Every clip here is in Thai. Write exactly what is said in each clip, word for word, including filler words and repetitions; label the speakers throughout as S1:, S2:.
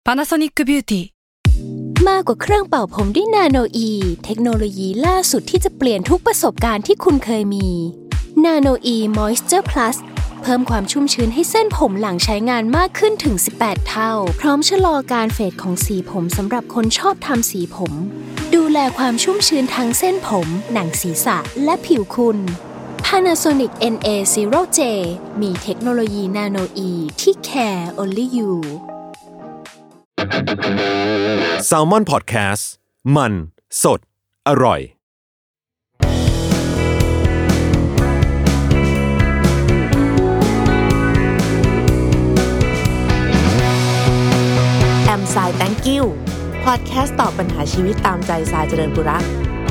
S1: Panasonic Beauty
S2: มากกว่าเครื่องเป่าผมด้วยนาโนอีเทคโนโลยีล่าสุดที่จะเปลี่ยนทุกประสบการณ์ที่คุณเคยมีนาโนอีมอยส์เจอร์พลัสเพิ่มความชุ่มชื้นให้เส้นผมหลังใช้งานมากขึ้นถึงสิบแปดเท่าพร้อมชะลอการเฟดของสีผมสำหรับคนชอบทำสีผมดูแลความชุ่มชื้นทั้งเส้นผมหนังศีรษะและผิวคุณ Panasonic เอ็น เอ ศูนย์ เจ มีเทคโนโลยีนาโนอีที่ care only you
S3: Salmon Podcast มันสดอร่อย
S4: แอมสาย thank you พอดแคสต์ตอบปัญหาชีวิตตามใจสายเจริญปุระ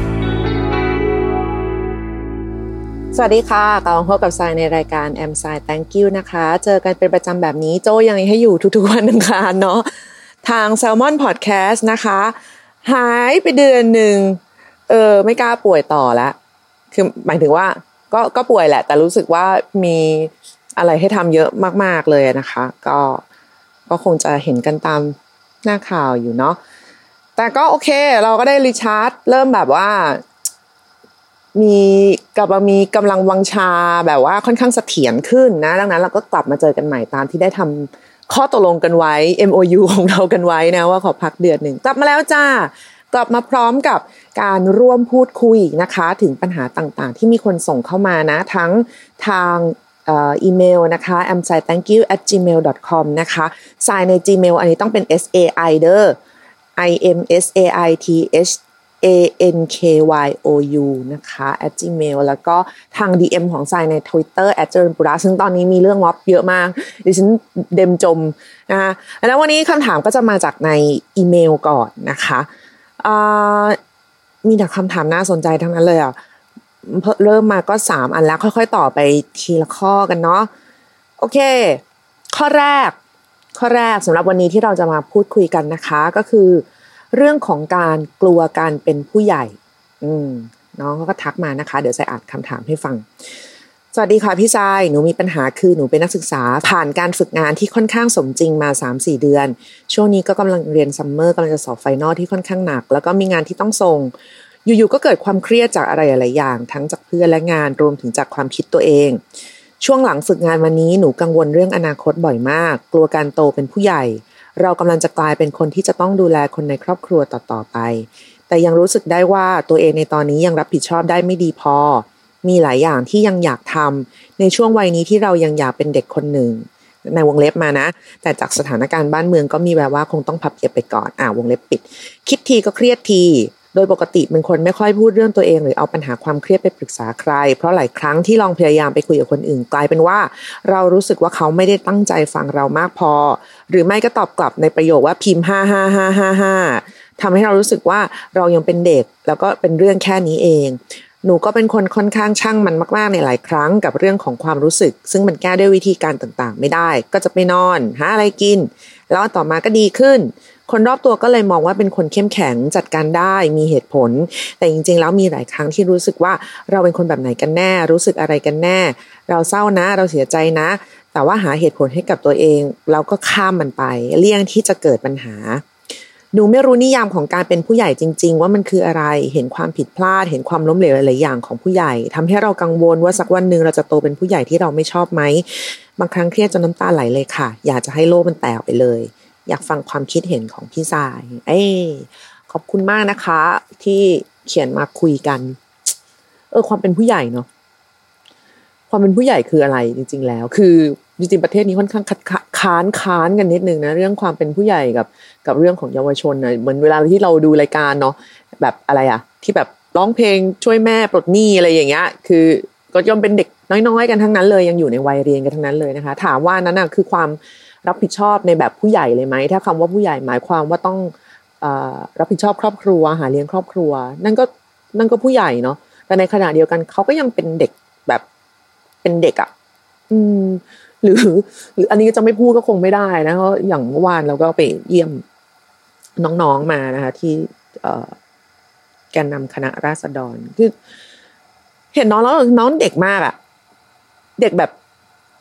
S4: สวัสดีค่ะกลับมาพบกับสายในรายการแอมสาย thank you นะคะเจอกันเป็นประจำแบบนี้โจยังให้อยู่ทุกๆวันอังคารเนาะทาง Salmon Podcast นะคะหายไปเดือนหนึ่งเออไม่กล้าป่วยต่อแล้วคือหมายถึงว่าก็ก็ป่วยแหละแต่รู้สึกว่ามีอะไรให้ทำเยอะมากๆเลยนะคะก็ก็คงจะเห็นกันตามหน้าข่าวอยู่เนาะแต่ก็โอเคเราก็ได้รีชาร์จเริ่มแบบว่ามีกลับมามีกำลังวังชาแบบว่าค่อนข้างเสถียรขึ้นนะดังนั้นเราก็กลับมาเจอกันใหม่ตามที่ได้ทำข้อตกลงกันไว้ เอ็ม โอ ยู ของเรากันไว้นะว่าขอพักเดือนหนึ่งกลับมาแล้วจ้ากลับมาพร้อมกับการร่วมพูดคุยนะคะถึงปัญหาต่างๆที่มีคนส่งเข้ามานะทั้งทางเอ่ออีเมลนะคะ แอม ไซ แธงค์ ยู แอท จีเมล ดอท คอม นะคะสายใน Gmail อันนี้ต้องเป็น S A I เด้อ I M S A I T H A N K Y O U นะคะ at gmail แล้วก็ทาง ดี เอ็ม ของสายใน Twitter แอท เจริญปุระซึ่งตอนนี้มีเรื่องม็อบเยอะมากดิฉันเด็มจมนะคะแล้ววันนี้คำถามก็จะมาจากในอีเมลก่อนนะคะอ่ามีแต่คำถามน่าสนใจทั้งนั้นเลยอ่ะเริ่มมาก็สามอันแล้วค่อยๆต่อไปทีละข้อกันเนาะโอเคข้อแรกข้อแรกสำหรับวันนี้ที่เราจะมาพูดคุยกันนะคะก็คือเรื่องของการกลัวการเป็นผู้ใหญ่อืมน้องเขาก็ทักมานะคะเดี๋ยวจะอ่านคำถามให้ฟังสวัสดีค่ะพี่ชายหนูมีปัญหาคือหนูเป็นนักศึกษาผ่านการฝึกงานที่ค่อนข้างสมจริงมา สามถึงสี่ เดือนช่วงนี้ก็กำลังเรียนซัมเมอร์กำลังจะสอบไฟนอลที่ค่อนข้างหนักแล้วก็มีงานที่ต้องส่งอยู่ๆก็เกิดความเครียดจากอะไรหลายๆอย่างทั้งจากเพื่อนและงานรวมถึงจากความคิดตัวเองช่วงหลังฝึกงานวันนี้หนูกังวลเรื่องอนาคตบ่อยมากกลัวการโตเป็นผู้ใหญ่เรากำลังจะกลายเป็นคนที่จะต้องดูแลคนในครอบครัวต่อๆไปแต่ยังรู้สึกได้ว่าตัวเองในตอนนี้ยังรับผิดชอบได้ไม่ดีพอมีหลายอย่างที่ยังอยากทำในช่วงวัยนี้ที่เรายังอยากเป็นเด็กคนหนึ่งในวงเล็บมานะแต่จากสถานการณ์บ้านเมืองก็มีแววว่าคงต้องพับเก็บไปก่อนอ่าวงเล็บปิดคิดทีก็เครียดทีโดยปกติเป็นคนไม่ค่อยพูดเรื่องตัวเองหรือเอาปัญหาความเครียดไปปรึกษาใครเพราะหลายครั้งที่ลองพยายามไปคุยกับคนอื่นกลายเป็นว่าเรารู้สึกว่าเขาไม่ได้ตั้งใจฟังเรามากพอหรือไม่ก็ตอบกลับในประโยคว่าพิมพ์ห้าห้าห้าห้าห้าทำให้เรารู้สึกว่าเรายังเป็นเด็กแล้วก็เป็นเรื่องแค่นี้เองหนูก็เป็นคนค่อนข้างช่างมันมากๆในหลายครั้งกับเรื่องของความรู้สึกซึ่งมันแก้ด้วยวิธีการต่างๆไม่ได้ก็จะไปนอนหาอะไรกินแล้วต่อมาก็ดีขึ้นคนรอบตัวก็เลยมองว่าเป็นคนเข้มแข็งจัดการได้มีเหตุผลแต่จริงๆแล้วมีหลายครั้งที่รู้สึกว่าเราเป็นคนแบบไหนกันแน่รู้สึกอะไรกันแน่เราเศร้านะเราเสียใจนะแต่ว่าหาเหตุผลให้กับตัวเองเราก็ข้ามมันไปเลี่ยงที่จะเกิดปัญหาหนูไม่รู้นิยามของการเป็นผู้ใหญ่จริงๆว่ามันคืออะไรเห็นความผิดพลาดเห็นความล้มเหลวหลายๆอย่างของผู้ใหญ่ทำให้เรากังวลว่าสักวันนึงเราจะโตเป็นผู้ใหญ่ที่เราไม่ชอบไหมบางครั้งเครียดจนน้ำตาไหลเลยค่ะอยากจะให้โลกมันแตกไปเลยอยากฟังความคิดเห็นของพี่สายเอ้ขอบคุณมากนะคะที่เขียนมาคุยกันเออความเป็นผู้ใหญ่เนาะความเป็นผู้ใหญ่คืออะไรจริงๆแล้วคือจริงๆประเทศนี้ค่อนข้างคัดค้านค้านกันนิดนึงนะเรื่องความเป็นผู้ใหญ่กับกับเรื่องของเยาวชนนะเหมือนเวลาที่เราดูรายการเนาะแบบอะไรอะที่แบบร้องเพลงช่วยแม่ปลดหนี้อะไรอย่างเงี้ยคือก็ย่อมเป็นเด็กน้อยๆกันทั้งนั้นเลยยังอยู่ในวัยเรียนกันทั้งนั้นเลยนะคะถามว่านั้นน่ะคือความรับผิดชอบในแบบผู้ใหญ่เลยไหมถ้าคำว่าผู้ใหญ่หมายความว่าต้องเอ่อรับผิดชอบครอบครัวหาเลี้ยงครอบครัวนั่นก็นั่นก็ผู้ใหญ่เนาะแต่ในขณะเดียวกันเขาก็ยังเป็นเด็กแบบเป็นเด็กอ่ะอืมหรือหรืออันนี้จะไม่พูดก็คงไม่ได้นะเพราะอย่างเมื่อวานเราก็ไปเยี่ยมน้องๆมานะคะที่เอ่อแกนนำคณะราษฎรคือเห็นน้องแล้วน้องเด็กมากอ่ะเด็กแบบ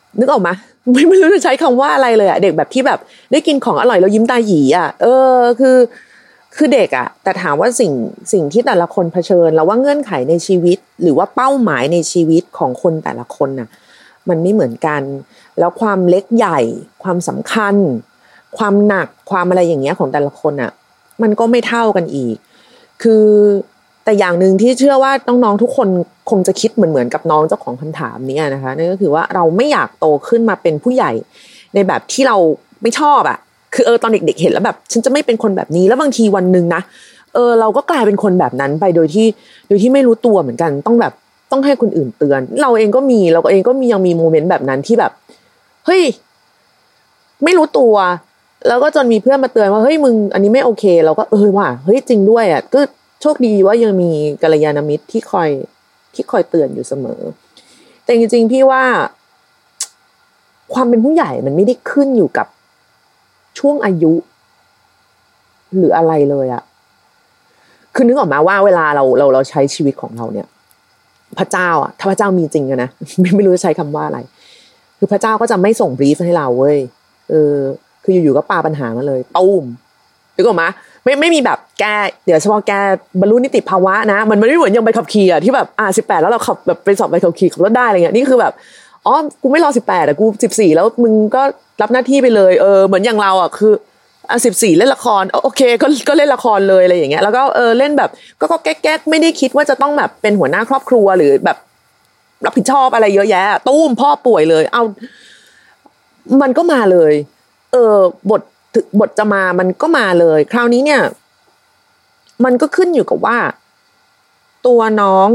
S4: นึกออกมั้ยไม่ไม่รู้จะใช้คำว่าอะไรเลยอ่ะเด็กแบบที่แบบได้กินของอร่อยแล้วยิ้มตาหยีอ่ะเออคือคือเด็กอ่ะแต่ถามว่าสิ่งสิ่งที่แต่ละคนเผชิญแล้วว่าเงื่อนไขในชีวิตหรือว่าเป้าหมายในชีวิตของคนแต่ละคนน่ะมันไม่เหมือนกันแล้วความเล็กใหญ่ความสำคัญความหนักความอะไรอย่างเงี้ยของแต่ละคนอ่ะมันก็ไม่เท่ากันอีกคือแต่อย่างนึงที่เชื่อว่าน้องๆทุกคนคงจะคิดเหมือนๆกับน้องเจ้าของคำถามนี้นะคะนั่นก็คือว่าเราไม่อยากโตขึ้นมาเป็นผู้ใหญ่ในแบบที่เราไม่ชอบอ่ะคือเออตอนเด็กๆเห็นแล้วแบบฉันจะไม่เป็นคนแบบนี้แล้วบางทีวันนึงนะเออเราก็กลายเป็นคนแบบนั้นไปโดยที่โดยที่ไม่รู้ตัวเหมือนกันต้องแบบต้องให้คนอื่นเตือนเราเองก็มีเราเองก็มียังมีโมเมนต์แบบนั้นที่แบบเฮ้ยไม่รู้ตัวแล้วก็จนมีเพื่อนมาเตือนว่าเฮ้ยมึงอันนี้ไม่โอเคเราก็เออว่ะเฮ้ยจริงด้วยอ่ะก็โชคดีว่ายังมีกัลยาณมิตรที่คอยที่คอยเตือนอยู่เสมอแต่จริงๆพี่ว่าความเป็นผู้ใหญ่มันไม่ได้ขึ้นอยู่กับช่วงอายุหรืออะไรเลยอะคือนึกออกมาว่าเวลาเราเราเราใช้ชีวิตของเราเนี่ยพระเจ้าอะถ้าพระเจ้ามีจริงอะนะ ไม่ไม่รู้จะใช้คำว่าอะไรคือพระเจ้าก็จะไม่ส่งบรีฟให้เราเว้ยเออคืออยู่ๆก็ปาปัญหามาเลยตูมนึกออกมาไม่ไม่มีแบบแกเดี๋ยวเฉพาะแกบรรลุนิติภาวะนะมันไม่เหมือนยังใบขับขี่อะที่แบบอ่ะสิบแปดแล้วเราขับแบบไปสอบใบขับขี่ขับรถได้อะไรเงี้ยนี่คือแบบอ๋อกูไม่รอสิบแปดอ่ะกูสิบสี่แล้วมึงก็รับหน้าที่ไปเลยเออเหมือนอย่างเราอ่ะคืออ่ะสิบสี่เล่นละครโอเคก็ก็เล่นละครเลยอะไรอย่างเงี้ยแล้วก็เออเล่นแบบก็ก็แก๊กๆไม่ได้คิดว่าจะต้องแบบเป็นหัวหน้าครอบครัวหรือแบบรับผิดชอบอะไรเยอะแยะตุ้มพ่อป่วยเลยเอามันก็มาเลยเออบทบทจะมามันก็มาเลยคราวนี้เนี่ยมันก็ขึ้นอยู่กับว่าตัวน้อง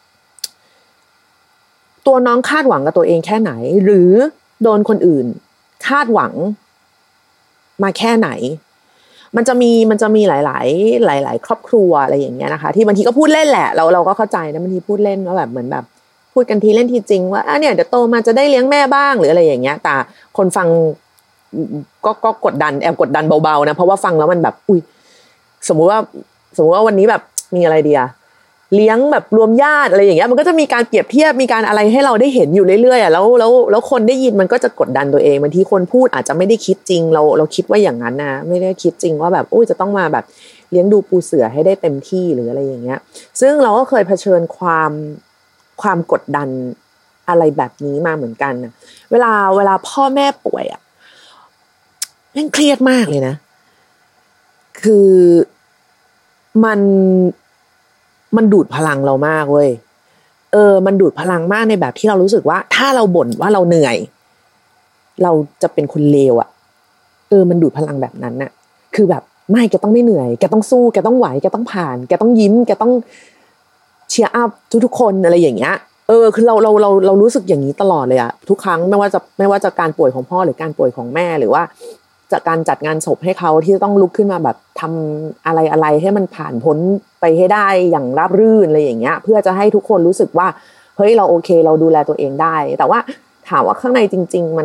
S4: ตัวน้องคาดหวังกับตัวเองแค่ไหนหรือโดนคนอื่นคาดหวังมาแค่ไหนมันจะมีมันจะมีหลายๆหลายๆครอบครัวอะไรอย่างเงี้ยนะคะที่บางทีก็พูดเล่นแหละเราเราก็เข้าใจนะบางทีพูดเล่นว่าแบบเหมือนแบบพูดกันทีเล่นทีจริงว่าอ่ะเนี่ยเดี๋ยวโตมาจะได้เลี้ยงแม่บ้างหรืออะไรอย่างเงี้ยแต่คนฟังก็ก็กดดันแอบกดดันเบาๆนะเพราะว่าฟังแล้วมันแบบอุ้ยสมมุติว่าสมมุติว่าวันนี้แบบมีอะไรดีอะเลี้ยงแบบรวมญาติอะไรอย่างเงี้ยมันก็จะมีการเปรียบเทียบมีการอะไรให้เราได้เห็นอยู่เรื่อยๆอ่ะแล้วแล้วแล้วคนได้ยินมันก็จะกดดันตัวเองบางทีคนพูดอาจจะไม่ได้คิดจริงเราเราคิดว่าอย่างนั้นนะไม่ได้คิดจริงว่าแบบโอ้ยจะต้องมาแบบเลี้ยงดูปูเสือให้ได้เต็มที่หรืออะไรอย่างเงี้ยซึ่งเราก็เคยเผชิญความความกดดันอะไรแบบนี้มาเหมือนกันนะเวลาเวลาพ่อแม่ป่วยอ่ะแม่งเครียดมากเลยนะคือมันมันดูดพลังเรามากเว้ยเออมันดูดพลังมากในแบบที่เรารู้สึกว่าถ้าเราบ่นว่าเราเหนื่อยเราจะเป็นคนเลวอ่ะเออมันดูดพลังแบบนั้นน่ะคือแบบไม่แกต้องไม่เหนื่อยแกต้องสู้แกต้องไหวแกต้องผ่านแกต้องยิ้มแกต้องเชียร์อัพทุกๆคนอะไรอย่างเงี้ยเออคือเราเราเราเรารู้สึกอย่างนี้ตลอดเลยอ่ะทุกครั้งไม่ว่าจะไม่ว่าจะการป่วยของพ่อหรือการป่วยของแม่หรือว่าจากการจัดงานศพให้เขาที่ต้องลุกขึ้นมาแบบทำอะไรอะไรให้มันผ่านพ้นไปให้ได้อย่างราบรื่นอะไรอย่างเงี้ยเพื่อจะให้ทุกคนรู้สึกว่าเฮ้ยเราโอเคเราดูแลตัวเองได้แต่ว่าถามว่าข้างในจริงๆมัน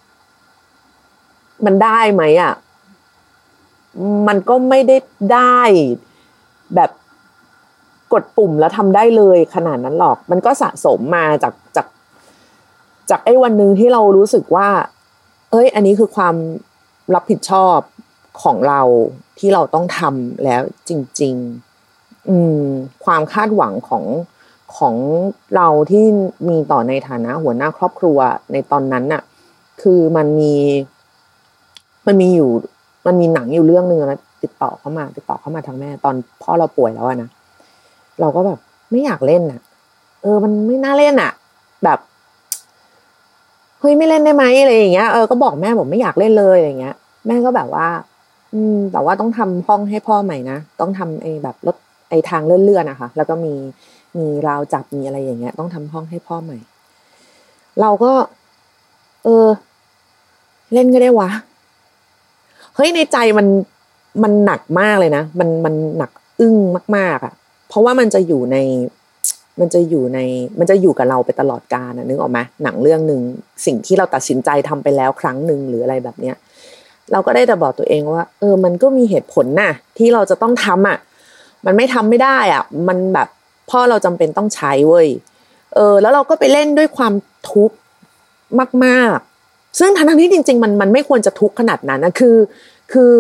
S4: มันได้ไหมอ่ะมันก็ไม่ได้ได้แบบกดปุ่มแล้วทำได้เลยขนาดนั้นหรอกมันก็สะสมมาจากจากจากไอ้วันนึงที่เรารู้สึกว่าเอ้ยอันนี้คือความรับผิดชอบของเราที่เราต้องทำแล้วจริงๆอืมความคาดหวังของของเราที่มีต่อในฐานะหัวหน้าครอบครัวในตอนนั้นน่ะคือมันมีมันมีอยู่มันมีหนังอยู่เรื่องนึงนะติดต่อเข้ามาติดต่อเข้ามาทางแม่ตอนพ่อเราป่วยแล้วอะนะเราก็แบบไม่อยากเล่นน่ะเออมันไม่น่าเล่นน่ะแบบเฮ้ยไม่เล่นได้ไหมอะไรอย่างเงี้ยเออก็บอกแม่บอกไม่อยากเล่นเลยอะไรอย่างเงี้ยแม่ก็แบบว่าอืมแต่ว่าต้องทำห้องให้พ่อใหม่นะต้องทำไอ้แบบรถไอ้ทางเลื่อนๆนะคะแล้วก็มีมีราวจับมีอะไรอย่างเงี้ยต้องทำห้องให้พ่อใหม่เราก็เออเล่นก็ได้วะเฮ้ยในใจมันมันหนักมากเลยนะมันมันหนักอึ้งมากๆอ่ะเพราะว่ามันจะอยู่ในมันจะอยู่ในมันจะอยู่กับเราไปตลอดกาลนะนึกออกไหมหนังเรื่องนึงสิ่งที่เราตัดสินใจทำไปแล้วครั้งนึงหรืออะไรแบบเนี้ยเราก็ได้แต่บอกตัวเองว่าเออมันก็มีเหตุผลน่ะที่เราจะต้องทำอ่ะมันไม่ทำไม่ได้อ่ะมันแบบพ่อเราจำเป็นต้องใช้เว้ยเออแล้วเราก็ไปเล่นด้วยความทุกข์มากๆซึ่งทั้งที่จริงๆมันมันไม่ควรจะทุกข์ขนาดนั้นนะคือคือ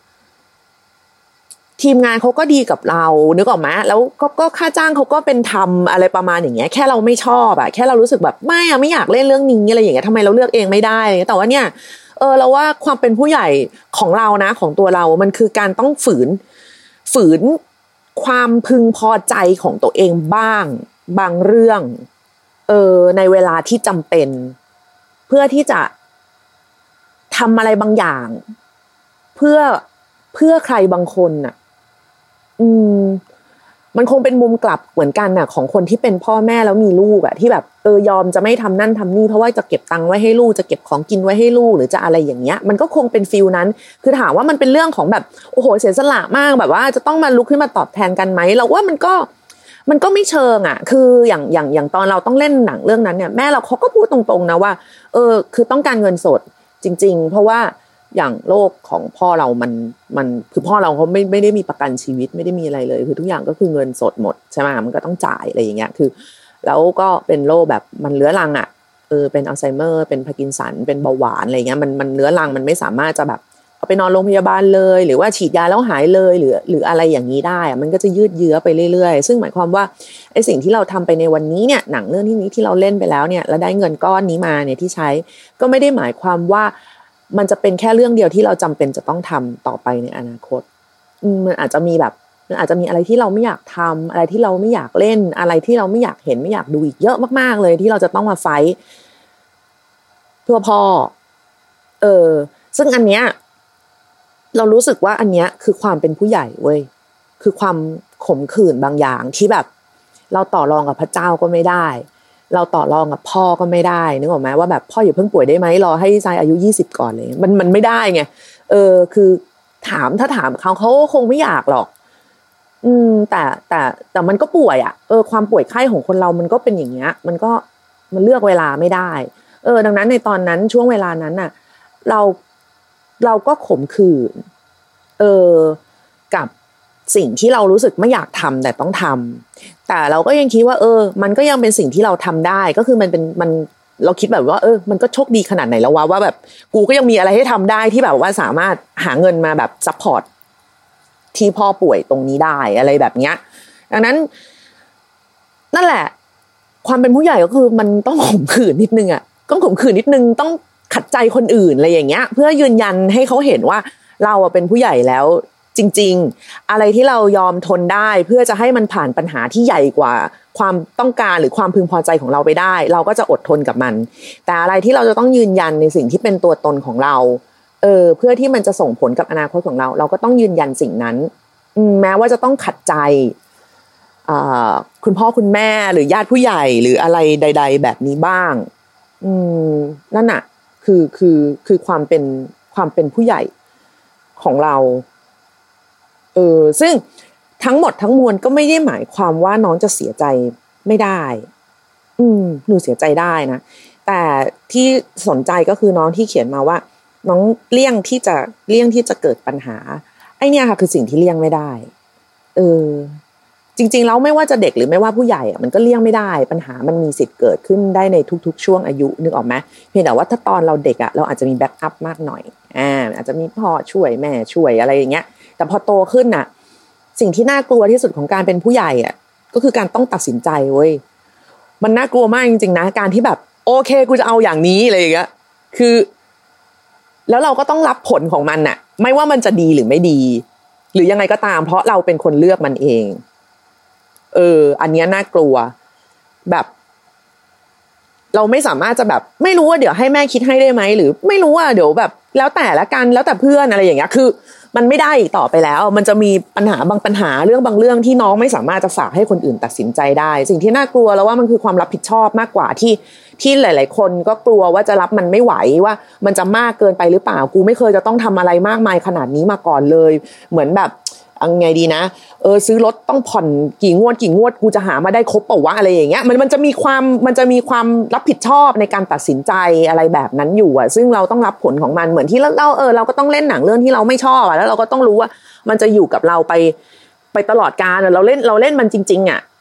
S4: ทีมงานเขาก็ดีกับเรานึกออกไหมแล้วก็ก็ค่าจ้างเขาก็เป็นธรรมอะไรประมาณอย่างเงี้ยแค่เราไม่ชอบอะแค่เรารู้สึกแบบไม่อะไม่อยากเล่นเรื่องนี้อะไรอย่างเงี้ยทำไมเราเลือกเองไม่ได้แต่ว่าเนี่ยเออเราว่าความเป็นผู้ใหญ่ของเรานะของตัวเรามันคือการต้องฝืนฝืนความพึงพอใจของตัวเองบ้างบางเรื่องเออในเวลาที่จำเป็นเพื่อที่จะทำอะไรบางอย่างเพื่อเพื่อใครบางคนน่ะอืมมันคงเป็นมุมกลับเหมือนกันน่ะของคนที่เป็นพ่อแม่แล้วมีลูกอ่ะที่แบบเออยอมจะไม่ทำนั่นทำนี่เพราะว่าจะเก็บตังค์ไว้ให้ลูกจะเก็บของกินไว้ให้ลูกหรือจะอะไรอย่างเงี้ยมันก็คงเป็นฟีลนั้นคือถามว่ามันเป็นเรื่องของแบบโอ้โหเสียสละมากแบบว่าจะต้องมาลุกขึ้นมาตอบแทนกันไหมเราว่ามันก็มันก็ไม่เชิงอ่ะคืออย่างอย่างอย่างตอนเราต้องเล่นหนังเรื่องนั้นเนี่ยแม่เราเขาก็พูดตรงๆนะว่าเออคือต้องการเงินสดจริงๆเพราะว่าอย่างโรคของพ่อเรามันมันคือพ่อเราเขาไม่ไม่ได้มีประกันชีวิตไม่ได้มีอะไรเลยคือทุกอย่างก็คือเงินสดหมดใช่ไหมมันก็ต้องจ่ายอะไรอย่างเงี้ยคือแล้วก็เป็นโรคแบบมันเรื้อรังอ่ะเออเป็นอัลไซเมอร์เป็นพาร์กินสันเป็นเบาหวานอะไรเงี้ยมันมันเรื้อรังมันไม่สามารถจะแบบเอาไปนอนโรงพยาบาลเลยหรือว่าฉีดยาแล้วหายเลยหรือหรืออะไรอย่างนี้ได้มันก็จะยืดเยื้อไปเรื่อยๆซึ่งหมายความว่าไอ้สิ่งที่เราทำไปในวันนี้เนี่ยหนังเรื่องที่นี้ที่เราเล่นไปแล้วเนี่ยแล้วได้เงินก้อนนี้มาเนี่ยที่ใช้ก็ไม่ได้หมายความว่ามันจะเป็นแค่เรื่องเดียวที่เราจำเป็นจะต้องทำต่อไปในอนาคตมันอาจจะมีแบบมันอาจจะมีอะไรที่เราไม่อยากทำอะไรที่เราไม่อยากเล่นอะไรที่เราไม่อยากเห็นไม่อยากดูอีกเยอะมากๆเลยที่เราจะต้องมาไฟท์เพื่อพ่อเออซึ่งอันเนี้ยเรารู้สึกว่าอันเนี้ยคือความเป็นผู้ใหญ่เว้ยคือความขมขื่นบางอย่างที่แบบเราต่อรองกับพระเจ้าก็ไม่ได้เราต่อรองกับพ่อก็ไม่ได้นึกออกไหมว่าแบบพ่ออย่าเพิ่งป่วยได้ไหมรอให้ทรายอายุยี่สิบก่อนเลยมันมันไม่ได้ไงเออคือถามถ้าถามเขาเขาคงไม่อยากหรอกอืมแต่แต่แต่มันก็ป่วยอ่ะเออความป่วยไข้ของคนเรามันก็เป็นอย่างเงี้ยมันก็มันเลือกเวลาไม่ได้เออดังนั้นในตอนนั้นช่วงเวลานั้นน่ะเราเราก็ขมขื่นเออกับสิ่งที่เรารู้สึกไม่อยากทำแต่ต้องทำแต่เราก็ยังคิดว่าเออมันก็ยังเป็นสิ่งที่เราทำได้ก็คือมันเป็นมันเราคิดแบบว่าเออมันก็โชคดีขนาดไหนแล้ววะว่าแบบกูก็ยังมีอะไรให้ทำได้ที่แบบว่าสามารถหาเงินมาแบบซัพพอร์ตที่พ่อป่วยตรงนี้ได้อะไรแบบเนี้ยดังนั้นนั่นแหละความเป็นผู้ใหญ่ก็คือมันต้องข่มขืนนิดนึงอ่ะต้องข่มขืนนิดนึงต้องขัดใจคนอื่นอะไรอย่างเงี้ยเพื่อยืนยันให้เขาเห็นว่าเราเป็นผู้ใหญ่แล้วจริงๆอะไรที่เรายอมทนได้เพื่อจะให้มันผ่านปัญหาที่ใหญ่กว่าความต้องการหรือความพึงพอใจของเราไปได้เราก็จะอดทนกับมันแต่อะไรที่เราจะต้องยืนยันในสิ่งที่เป็นตัวตนของเราเออเพื่อที่มันจะส่งผลกับอนาคตของเราเราก็ต้องยืนยันสิ่งนั้นแม้ว่าจะต้องขัดใจอ่าคุณพ่อคุณแม่หรือญาติผู้ใหญ่หรืออะไรใดๆแบบนี้บ้างอืมนั่นน่ะคือคือคือความเป็นความเป็นผู้ใหญ่ของเราเออซึ่งทั้งหมดทั้งมวลก็ไม่ได้หมายความว่าน้องจะเสียใจไม่ได้อืมหนูเสียใจได้นะแต่ที่สนใจก็คือน้องที่เขียนมาว่าน้องเลี่ยงที่จะเลี่ยงที่จะเกิดปัญหาไอ้เนี่ยค่ะคือสิ่งที่เลี่ยงไม่ได้เออจริงๆแล้วไม่ว่าจะเด็กหรือไม่ว่าผู้ใหญ่อ่ะมันก็เลี่ยงไม่ได้ปัญหามันมีสิทธิ์เกิดขึ้นได้ในทุกๆช่วงอายุนึกออกไหมเพียงแต่ว่าถ้าตอนเราเด็กอ่ะเราอาจจะมีแบ็คอัพมากหน่อยอ่าอาจจะมีพ่อช่วยแม่ช่วยอะไรอย่างเงี้ยแต่พอโตขึ้นน่ะสิ่งที่น่ากลัวที่สุดของการเป็นผู้ใหญ่อ่ะก็คือการต้องตัดสินใจเว้ยมันน่ากลัวมากจริงๆนะการที่แบบโอเคกูจะเอาอย่างนี้อะไรอย่างเงี้ยคือแล้วเราก็ต้องรับผลของมันน่ะไม่ว่ามันจะดีหรือไม่ดีหรือยังไงก็ตามเพราะเราเป็นคนเลือกมันเองเอออันนี้น่ากลัวแบบเราไม่สามารถจะแบบไม่รู้ว่าเดี๋ยวให้แม่คิดให้ได้ไหมหรือไม่รู้ว่าเดี๋ยวแบบแล้วแต่ละกันแล้วแต่เพื่อนอะไรอย่างเงี้ยคือมันไม่ได้อีกต่อไปแล้วมันจะมีปัญหาบางปัญหาเรื่องบางเรื่องที่น้องไม่สามารถจะฝากให้คนอื่นตัดสินใจได้สิ่งที่น่ากลัวแล้วว่ามันคือความรับผิดชอบมากกว่าที่ที่หลายๆคนก็กลัวว่าจะรับมันไม่ไหวว่ามันจะมากเกินไปหรือเปล่ากูไม่เคยจะต้องทำอะไรมากมายขนาดนี้มาก่อนเลยเหมือนแบบเอาไงดีนะเออซื้อรถต้องผ่อนกี่งวดกี่งวดกูจะหามาได้ครบเปล่าวะอะไรอย่างเงี้ยมันมันจะมีความมันจะมีความรับผิดชอบในการตัดสินใจอะไรแบบนั้นอยู่อ่ะซึ่งเราต้องรับผลของมันเหมือนที่เราเออเราก็ต้องเล่นหนังเรื่องที่เราไม่ชอบอ่ะแล้วเราก็ต้องรู้ว่ามันจะอยู่กับเราไปไปตลอดกาลเราเล่นเราเล่นมันจริงๆอ่ะ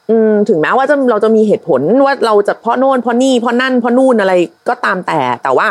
S4: อืมถึงแม้ว่าจะเราจะมีเหตุผลว่าเราจะเพราะโน่นเพราะนี่เพราะนั่นเพราะนู่นอะไรก็ตามแต่แต่ว่า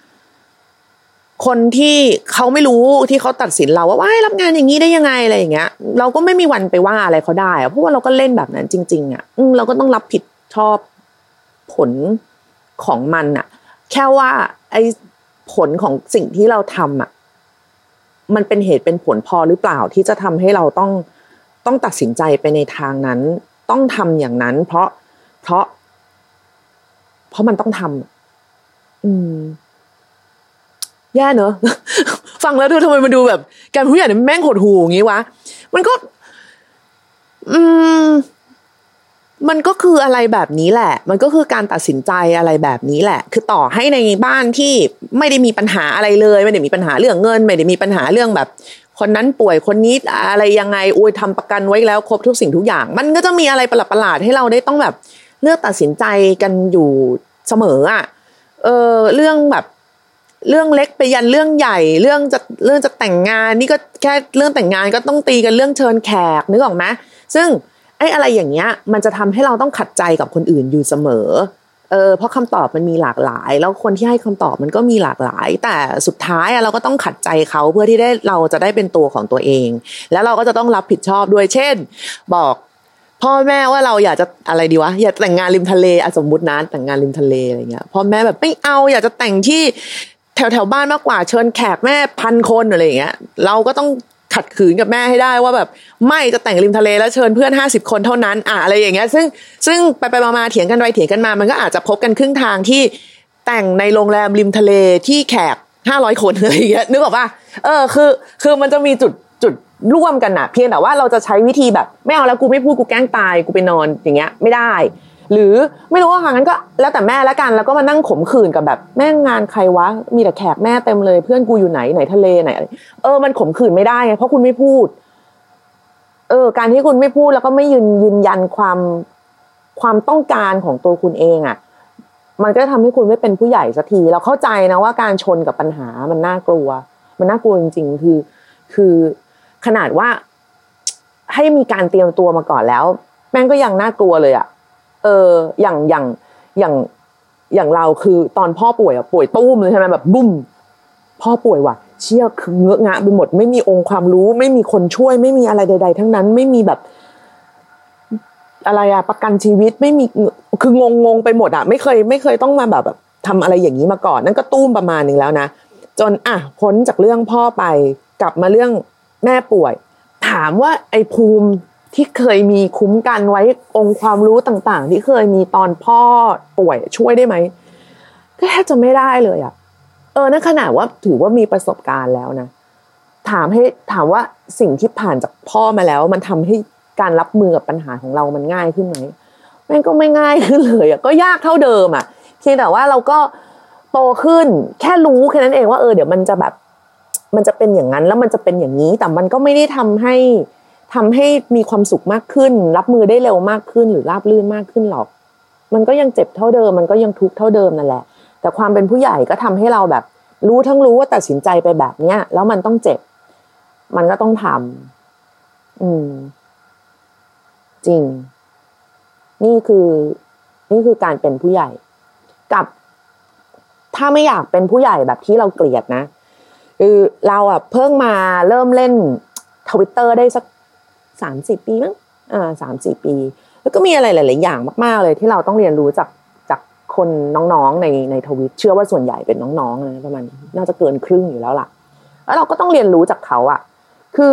S4: คนที่เขาไม่รู้ที่เขาตัดสินเราว่าว้ายรับงานอย่างนี้ได้ยังไงอะไรอย่างเงี้ยเราก็ไม่มีวันไปว่าอะไรเขาได้เพราะว่าเราก็เล่นแบบนั้นจริงๆอ่ะอืมเราก็ต้องรับผิดชอบผลของมันอ่ะแค่ว่าไอ้ผลของสิ่งที่เราทำอ่ะมันเป็นเหตุเป็นผลพอหรือเปล่าที่จะทำให้เราต้องต้องตัดสินใจไปในทางนั้นต้องทำอย่างนั้นเพราะเพราะเพราะมันต้องทำอืมแย่เนอะ ฟังแล้วดูทำไมมันดูแบบการผู้ใหญ่เนี่ยแม่งหดหูอย่างงี้วะมันก็อืมมันก็คืออะไรแบบนี้แหละมันก็คือการตัดสินใจอะไรแบบนี้แหละคือต่อให้ในบ้านที่ไม่ได้มีปัญหาอะไรเลยไม่ได้มีปัญหาเรื่องเงินไม่ได้มีปัญหาเรื่องแบบคนนั้นป่วยคนนี้อะไรยังไงโอ้ยทำประกันไว้แล้วครบทุกสิ่งทุกอย่างมันก็จะมีอะไรประหลาดๆให้เราได้ต้องแบบเลือกตัดสินใจกันอยู่เสมออ่ะเออเรื่องแบบเรื่องเล็กไปยันเรื่องใหญ่เรื่องจะเรื่องจะแต่งงานนี่ก็แค่เรื่องแต่งงานก็ต้องตีกันเรื่องเชิญแขกนึกออกไหมซึ่งไอ้อะไรอย่างเงี้ยมันจะทำให้เราต้องขัดใจกับคนอื่นอยู่เสมอเออเพราะคำตอบมันมีหลากหลายแล้วคนที่ให้คำตอบมันก็มีหลากหลายแต่สุดท้ายเราก็ต้องขัดใจเขาเพื่อที่ได้เราจะได้เป็นตัวของตัวเองแล้วเราก็จะต้องรับผิดชอบด้วยเช่นบอกพ่อแม่ว่าเราอยากจะอะไรดีวะอยากแต่งงานริมทะเลอ่ะสมมุตินะแต่งงานริมทะเลอะไรเงี้ยพ่อแม่แบบไม่เอาอยากจะแต่งที่แถวแถวบ้านมากกว่าเชิญแขกแม่พันคนอะไรอย่างเงี้ยเราก็ต้องขัดขืนกับแม่ให้ได้ว่าแบบไม่จะแต่งริมทะเลแล้วเชิญเพื่อนห้าสิบคนเท่านั้นอ่ะอะไรอย่างเงี้ยซึ่งซึ่งไปไปมาๆเถียงกันไปเถียงกันมามันก็อาจจะพบกันครึ่งทางที่แต่งในโรงแรมริมทะเลที่แขกห้าร้อยคนอะไรอย่างเงี้ยนึกออกป่ะเออคือคือมันจะมีจุดจุดร่วมกันน่ะเพียงแต่ว่าเราจะใช้วิธีแบบไม่เอาแล้วกูไม่พูดกูแกล้งตายกูไปนอนอย่างเงี้ยไม่ได้หรือไม่รู้ว่าค่ะงั้นก็แล้วแต่แม่แล้วกันแล้วก็มานั่งขมขื่นกับแบบแม่งานใครวะมีแต่แขกแม่เต็มเลยเพื่อนกูอยู่ไหนไหนทะเลไหนเออมันขมขื่นไม่ได้ไงเพราะคุณไม่พูดเออการที่คุณไม่พูดแล้วก็ไม่ยืนยืนยันความความต้องการของตัวคุณเองอ่ะมันก็ทำให้คุณไม่เป็นผู้ใหญ่สักทีเราเข้าใจนะว่าการชนกับปัญหามันน่ากลัวมันน่ากลัวจริงๆคือคือขนาดว่าให้มีการเตรียมตัวมาก่อนแล้วแม่งก็ยังน่ากลัวเลยอ่ะเอออย่างอย่างอย่างอย่างเราคือตอนพ่อป่วยอ่ะป่วยตุ้มเลยใช่ไหมแบบบุ้มพ่อป่วยว่ะเชี่ยคือเงอะงะไปหมดไม่มีองค์ความรู้ไม่มีคนช่วยไม่มีอะไรใดๆทั้งนั้นไม่มีแบบอะไรอะประกันชีวิตไม่มีคืองงงไปหมดอะไม่เคยไม่เคยต้องมาแบบแบบทำอะไรอย่างนี้มาก่อนนั่นก็ตุ้มประมาณนึงแล้วนะจนอ่ะพ้นจากเรื่องพ่อไปกลับมาเรื่องแม่ป่วยถามว่าไอ้ภูมิที่เคยมีคุ้มกันไว้องค์ความรู้ต่างๆที่เคยมีตอนพ่อป่วยช่วยได้ไหมก็แทบจะไม่ได้เลยอ่ะเออนั่นขนาดว่าถือว่ามีประสบการณ์แล้วนะถามให้ถามว่าสิ่งที่ผ่านจากพ่อมาแล้วมันทำให้การรับมือกับปัญหาของเรามันง่ายขึ้นไหมแม่งก็ไม่ง่ายขึ้นเลยอ่ะก็ยากเท่าเดิมอ่ะเพียงแต่ว่าเราก็โตขึ้นแค่รู้แค่นั้นเองว่าเออเดี๋ยวมันจะแบบมันจะเป็นอย่างนั้นแล้วมันจะเป็นอย่างนี้แต่มันก็ไม่ได้ทำให้ทำให้มีความสุขมากขึ้นรับมือได้เร็วมากขึ้นหรือราบรื่นมากขึ้นหรอกมันก็ยังเจ็บเท่าเดิมมันก็ยังทุกข์เท่าเดิมนั่นแหละแต่ความเป็นผู้ใหญ่ก็ทำให้เราแบบรู้ทั้งรู้ว่าตัดสินใจไปแบบเนี้ยแล้วมันต้องเจ็บมันก็ต้องทำอืมจริงนี่คือนี่คือการเป็นผู้ใหญ่กับถ้าไม่อยากเป็นผู้ใหญ่แบบที่เราเกลียดนะคือเราอ่ะเพิ่งมาเริ่มเล่น Twitter ได้สัก สามสี่ ปีมั้งอ่า สามสี่ ปีแล้วก็มีอะไรหลายๆอย่างมากๆเลยที่เราต้องเรียนรู้จากจากคนน้องๆในในทวิตเชื่อว่าส่วนใหญ่เป็นน้องๆนะประมาณน่าจะเกินครึ่งอยู่แล้วล่ะแล้วเราก็ต้องเรียนรู้จากเขาอ่ะคือ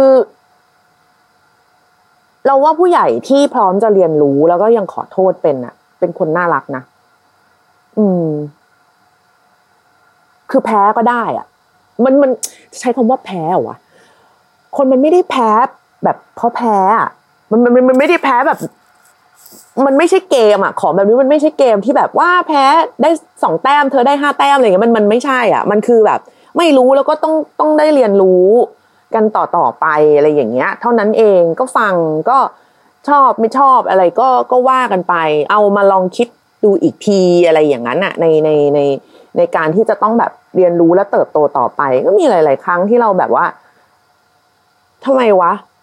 S4: เราว่าผู้ใหญ่ที่พร้อมจะเรียนรู้แล้วก็ยังขอโทษเป็นอ่ะเป็นคนน่ารักนะอืมคือแพ้ก็ได้อ่ะมันมันใช้คำว่าแพ้เหรอวะคนมันไม่ได้แพ้แบบเพราะแพ้อ่ะมันมันมันไม่ได้แพ้แบบมันไม่ใช่เกมอ่ะของแบบนี้มันไม่ใช่เกมที่แบบว่าแพ้ได้สองแต้มเธอได้ห้าแต้มอะไรอย่างเงี้ยมันมันไม่ใช่อ่ะมันคือแบบไม่รู้แล้วก็ต้องต้องได้เรียนรู้กันต่อต่อไปอะไรอย่างเงี้ยเท่านั้นเองก็ฟังก็ชอบไม่ชอบอะไรก็ก็ว่ากันไปเอามาลองคิดดูอีกทีอะไรอย่างนั้นอ่ะในในในในการที่จะต้องแบบเรียนรู้และเติบโตต่อไปก็มีหลายๆครั้งที่เราแบบว่าทำไมวะ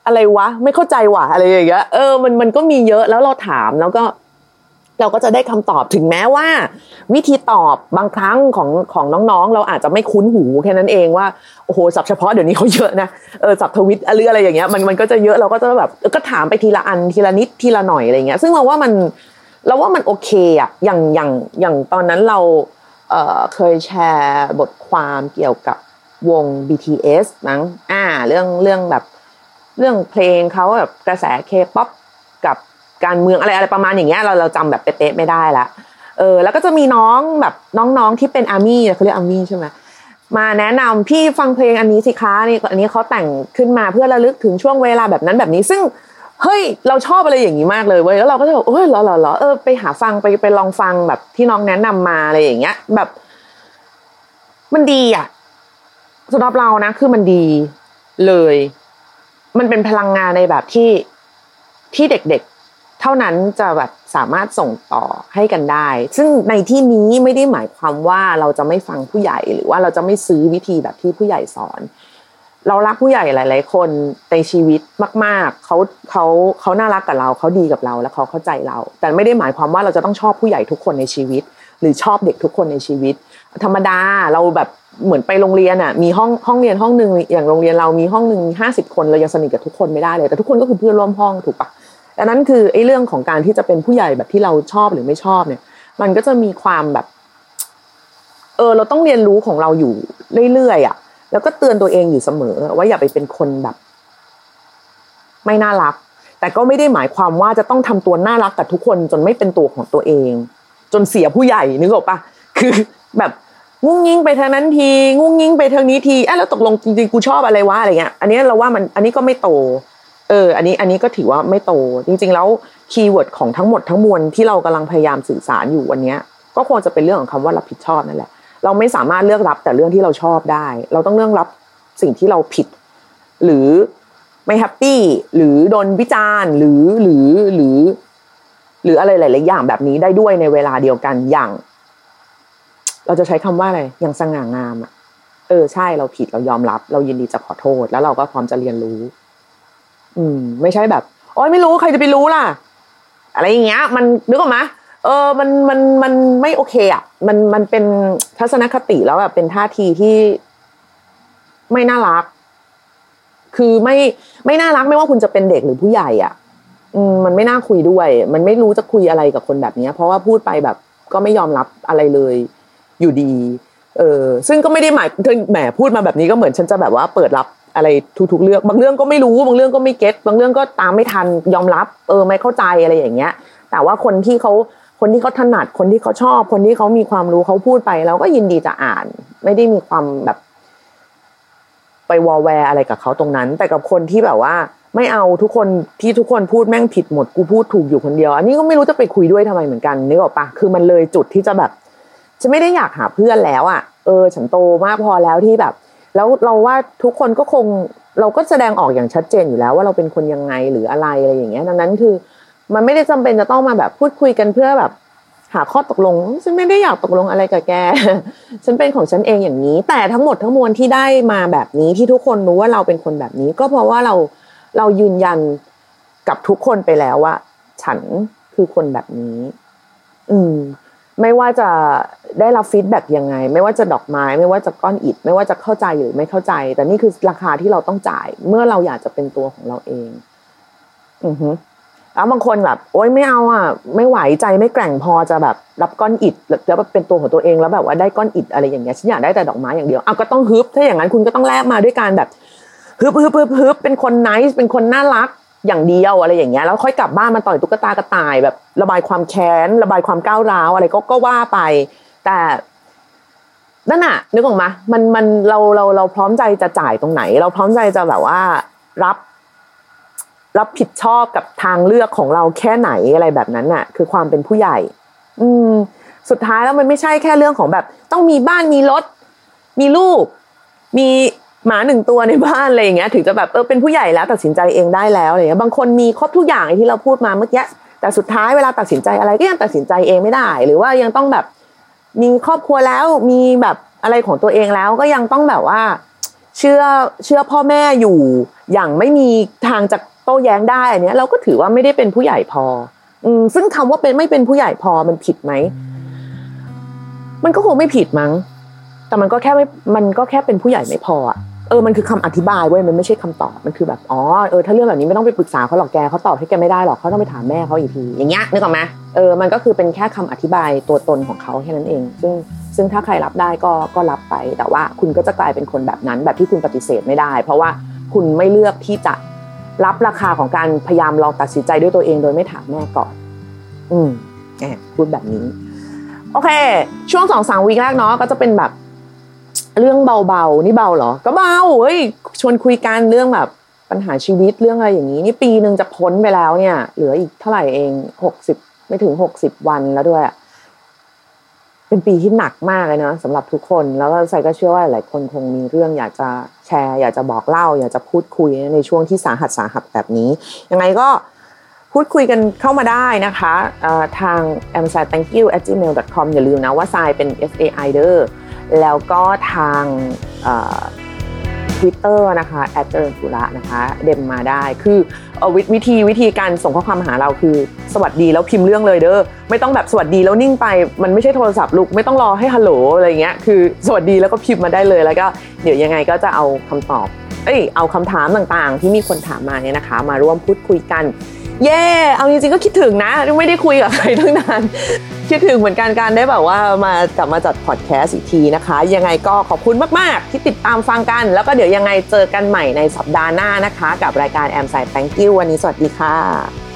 S4: อะไรวะไม่เข้าใจว่ะอะไรอย่างเงี้ยเออมันมันก็มีเยอะแล้วเราถามแล้วก็เราก็จะได้คำตอบถึงแม้ว่าวิธีตอบบางครั้งของของน้องๆเราอาจจะไม่คุ้นหูแค่นั้นเองว่าโอ้โหศัพท์เฉพาะเดี๋ยวนี้เขาเยอะนะเออศัพท์ทวิตหรืออะไรอย่างเงี้ยมันมันก็จะเยอะเราก็จะแบบก็ถามไปทีละอันทีละนิดทีละหน่อยอะไรเงี้ยซึ่งเราว่ามันเราว่ามันโอเคอะอย่างอย่างอย่างตอนนั้นเราเอ่อเคยแชร์บทความเกี่ยวกับวง บี ที เอส มั้งอ่าเรื่องเรื่องแบบเรื่องเพลงเขาแบบกระแส K-pop กับการเมืองอะไรอะไรประมาณอย่างเงี้ยเราเราจำแบบเป๊ะๆไม่ได้ละเออแล้วก็จะมีน้องแบบน้องๆที่เป็นอาร์มี่เขาเรียกอาร์มี่ใช่ไหมมาแนะนำพี่ฟังเพลงอันนี้สิคะนี่อันนี้เขาแต่งขึ้นมาเพื่อระลึกถึงช่วงเวลาแบบนั้นแบบนี้ซึ่งเฮ้ยเราชอบอะไรอย่างนี้มากเลยเว้ยแล้วเราก็จะแบบเอ้ยเหรอเหรอเหรอเออไปหาฟังไปไปลองฟังแบบที่น้องแนะนำมาอะไรอย่างเงี้ยแบบมันดีอ่ะสำหรับเรานะคือมันดีเลยมันเป็นพลังงานในแบบที่ที่เด็กๆเท่านั้นจะแบบสามารถส่งต่อให้กันได้ซึ่งในที่นี้ไม่ได้หมายความว่าเราจะไม่ฟังผู้ใหญ่หรือว่าเราจะไม่ซื้อวิธีแบบที่ผู้ใหญ่สอนเรารักผู้ใหญ่หลายๆคนในชีวิตมากๆเขาเขาเขาน่ารักกับเราเขาดีกับเราและเขาเข้าใจเราแต่ไม่ได้หมายความว่าเราจะต้องชอบผู้ใหญ่ทุกคนในชีวิตหรือชอบเด็กทุกคนในชีวิตธรรมดาเราแบบเหมือนไปโรงเรียนอ่ะมีห้องห้องเรียนห้องนึงอย่างโรงเรียนเรามีห้องนึงมีห้าสิบคนเรายังสนิทกับทุกคนไม่ได้เลยแต่ทุกคนก็คือเพื่อนร่วมห้องถูกปะดังนั้นคือไอ้เรื่องของการที่จะเป็นผู้ใหญ่แบบที่เราชอบหรือไม่ชอบเนี่ยมันก็จะมีความแบบเออเราต้องเรียนรู้ของเราอยู่เรื่อยๆอ่ะแล้วก็เตือนตัวเองอยู่เสมอว่าอย่าไปเป็นคนแบบไม่น่ารักแต่ก็ไม่ได้หมายความว่าจะต้องทำตัวน่ารักกับทุกคนจนไม่เป็นตัวของตัวเองจนเสียผู้ใหญ่นึกออกปะคือแบบงุ้งงิ้งไปทางนั้นทีงุ้งงิ้งไปทางนี้ทีอ่ะแล้วตกลงจริงๆกูชอบอะไรวะอะไรเงี้ยอันนี้เราว่ามันอันนี้ก็ไม่โตเอออันนี้อันนี้ก็ถือว่าไม่โตจริงๆแล้วคีย์เวิร์ดของทั้งหมดทั้งมวลที่เรากำลังพยายามสื่อสารอยู่วันนี้ก็ควรจะเป็นเรื่องของคำว่ารับผิดชอบนั่นแหละเราไม่สามารถเลือกรับแต่เรื่องที่เราชอบได้เราต้องเลือกรับสิ่งที่เราผิดหรือไม่แฮปปี้หรือโดนวิจารณ์หรือหรือหรือหรืออะไรหลายๆอย่างแบบนี้ได้ด้วยในเวลาเดียวกันอย่างเราจะใช้คำว่าอะไรอย่างสง่างามอ่ะเออใช่เราผิดเรายอมรับเรายินดีจะขอโทษแล้วเราก็พร้อมจะเรียนรู้อืมไม่ใช่แบบโอ๊ยไม่รู้ใครจะไปรู้ล่ะอะไรอย่างเงี้ยมันนึกออกไหมเออมันมันมันไม่โอเคอ่ะมันมันเป็นทัศนคติแล้วแบบเป็นท่าทีที่ไม่น่ารักคือไม่ไม่น่ารักไม่ว่าคุณจะเป็นเด็กหรือผู้ใหญ่อ่ะอืมมันไม่น่าคุยด้วยมันไม่รู้จะคุยอะไรกับคนแบบนี้เพราะว่าพูดไปแบบก็ไม่ยอมรับอะไรเลยอยู่ดีเออซึ่งก็ไม่ได้หมายเธอแหมพูดมาแบบนี้ก็เหมือนฉันจะแบบว่าเปิดรับอะไรทุกๆเรื่องบางเรื่องก็ไม่รู้บางเรื่องก็ไม่เก็ตบางเรื่องก็ตามไม่ทันยอมรับเออไม่เข้าใจอะไรอย่างเงี้ยแต่ว่าคนที่เขาคนที่เขาถนัดคนที่เขาชอบคนที่เขามีความรู้เขาพูดไปเราก็ยินดีจะอ่านไม่ได้มีความแบบไปวอลแวร์อะไรกับเขาตรงนั้นแต่กับคนที่แบบว่าไม่เอาทุกคนที่ทุกคนพูดแม่งผิดหมดกูพูดถูกอยู่คนเดียวอันนี้ก็ไม่รู้จะไปคุยด้วยทำไมเหมือนกันนึกออกปะคือมันเลยจุดที่จะแบบจะไม่ได้อยากหาเพื่อนแล้วอ่ะเออฉันโตมากพอแล้วที่แบบแล้วเราว่าทุกคนก็คงเราก็แสดงออกอย่างชัดเจนอยู่แล้วว่าเราเป็นคนยังไงหรืออะไรอะไรอย่างเงี้ยดังนั้นคือมันไม่ได้จำเป็นจะต้องมาแบบพูดคุยกันเพื่อแบบหาข้อตกลงฉันไม่ได้อยากตกลงอะไรกับแกฉันเป็นของฉันเองอย่างนี้แต่ทั้งหมดทั้งมวลที่ได้มาแบบนี้ที่ทุกคนรู้ว่าเราเป็นคนแบบนี้ก็เพราะว่าเราเรายืนยันกับทุกคนไปแล้วว่าฉันคือคนแบบนี้อืมไม่ว่าจะได้รับฟีดแบ็กยังไงไม่ว่าจะดอกไม้ไม่ว่าจะก้อนอิฐไม่ว่าจะเข้าใจหรือไม่เข้าใจแต่นี่คือราคาที่เราต้องจ่ายเมื่อเราอยากจะเป็นตัวของเราเองอือฮึแล้วบางคนแบบโอ๊ยไม่เอาอ่ะไม่ไหวใจไม่แกร่งพอจะแบบรับก้อนอิฐแล้วเป็นตัวของตัวเองแล้วแบบว่าได้ก้อนอิฐอะไรอย่างเงี้ยฉันอยากได้แต่ดอกไม้อย่างเดียวอ้าวก็ต้องฮึบถ้าอย่างนั้นคุณก็ต้องแลกมาด้วยการแบบฮึบฮึบฮึบฮึบเป็นคนไนซ์เป็นคนน่ารักอย่างเดียวอะไรอย่างเงี้ยแล้วค่อยกลับบ้านมาต่อยตุ๊กตากระต่ายแบบระบายความแค้นระบายความก้าวร้าวอะไรก็ก็ว่าไปแต่นั่นน่ะนึกออกมั้ยมันมันเราเราเราพร้อมใจจะจ่ายตรงไหนเราพร้อมใจจะแบบว่ารับรับผิดชอบกับทางเลือกของเราแค่ไหนอะไรแบบนั้นน่ะคือความเป็นผู้ใหญ่อืมสุดท้ายแล้วมันไม่ใช่แค่เรื่องของแบบต้องมีบ้านมีรถมีลูกมีหมาหนึ่งตัวในบ้านอะไรอย่างเงี้ยถึงจะแบบเออเป็นผู้ใหญ่แล้วตัดสินใจเองได้แล้วอะไรเงี้ยบางคนมีครบทุกอย่างที่เราพูดมาเมื่อกี้แต่สุดท้ายเวลาตัดสินใจอะไรก็ยังตัดสินใจเองไม่ได้หรือว่ายังต้องแบบมีครอบครัวแล้วมีแบบอะไรของตัวเองแล้วก็ยังต้องแบบว่าเชื่อเชื่อพ่อแม่อยู่อย่างไม่มีทางจะโต้แย้งได้อันเนี้ยเราก็ถือว่าไม่ได้เป็นผู้ใหญ่พออืมซึ่งคำว่าเป็นไม่เป็นผู้ใหญ่พอมันผิดไหมมันก็คงไม่ผิดมั้งแต่มันก็แค่ไม่มันก็แค่เป็นผู้ใหญ่ไม่พออ่ะเออมันคือคำอธิบายเว้ยมันไม่ใช่คำตอบมันคือแบบอ๋อเออถ้าเรื่องแบบนี้ไม่ต้องไปปรึกษาเขาหรอกแกเขาตอบให้แกไม่ได้หรอกเขาต้องไปถามแม่เขาอีกทีอย่างเงี้ยนึกออกไหมเออมันก็คือเป็นแค่คำอธิบายตัวตนของเขาแค่นั้นเองซึ่งซึ่งถ้าใครรับได้ก็ก็รับไปแต่ว่าคุณก็จะกลายเป็นคนแบบนั้นแบบที่คุณปฏิเสธไม่ได้เพราะว่าคุณไม่เลือกที่จะรับราคาของการพยายามลองตัดสินใจด้วยตัวเองโดยไม่ถามแม่ก่อนอืมแอบพูดแบบนี้โอเคช่วง สองถึงสาม วีคแรกเนาะก็จะเป็นแบบเรื่องเบาๆนี่เบาเหรอก็เบาเฮ้ยชวนคุยกันเรื่องแบบปัญหาชีวิตเรื่องอะไรอย่างนี้นี่ปีนึงจะพ้นไปแล้วเนี่ยเหลืออีกเท่าไหร่เองหกสิบไม่ถึงหกสิบวันแล้วด้วยเป็นปีที่หนักมากเลยนะสำหรับทุกคนแล้วก็ใส่ก็เชื่อว่าหลายคนคงมีเรื่องอยากจะแชร์อยากจะบอกเล่าอยากจะพูดคุยในช่วงที่สาหัสสาหัสแบบนี้ยังไงก็พูดคุยกันเข้ามาได้นะคะทาง แอม ไซ แธงค์ ยู แอท จี เมล ดอท คอม อย่าลืมนะว่า Sai เป็น เอส เอ ไอ เด้อแล้วก็ทางเอ่อ Twitter นะคะ แอท เจริญปุระนะคะเดมมาได้คือเอ่อวิธีวิธีการส่งข้อความหาเราคือสวัสดีแล้วพิมพ์เรื่องเลยเด้อไม่ต้องแบบสวัสดีแล้วนิ่งไปมันไม่ใช่โทรศัพท์ลูกไม่ต้องรอให้ฮัลโหลอะไรเงี้ยคือสวัสดีแล้วก็พิมพ์มาได้เลยแล้วก็เดี๋ยวยังไงก็จะเอาคำตอบเอ้ยเอาคำถามต่างๆที่มีคนถามมาเนี่ยนะคะมาร่วมพูดคุยกันเย่เอาจริงๆก็คิดถึงนะไม่ได้คุยกับใครตั้งนานคิดถึงเหมือนกันการได้แบบว่ามากลับมาจัดพอดแคสต์อีกทีนะคะยังไงก็ขอบคุณมากๆที่ติดตามฟังกันแล้วก็เดี๋ยวยังไงเจอกันใหม่ในสัปดาห์หน้านะคะกับรายการ แอม ไซ แธงค์ ยู วันนี้สวัสดีค่ะ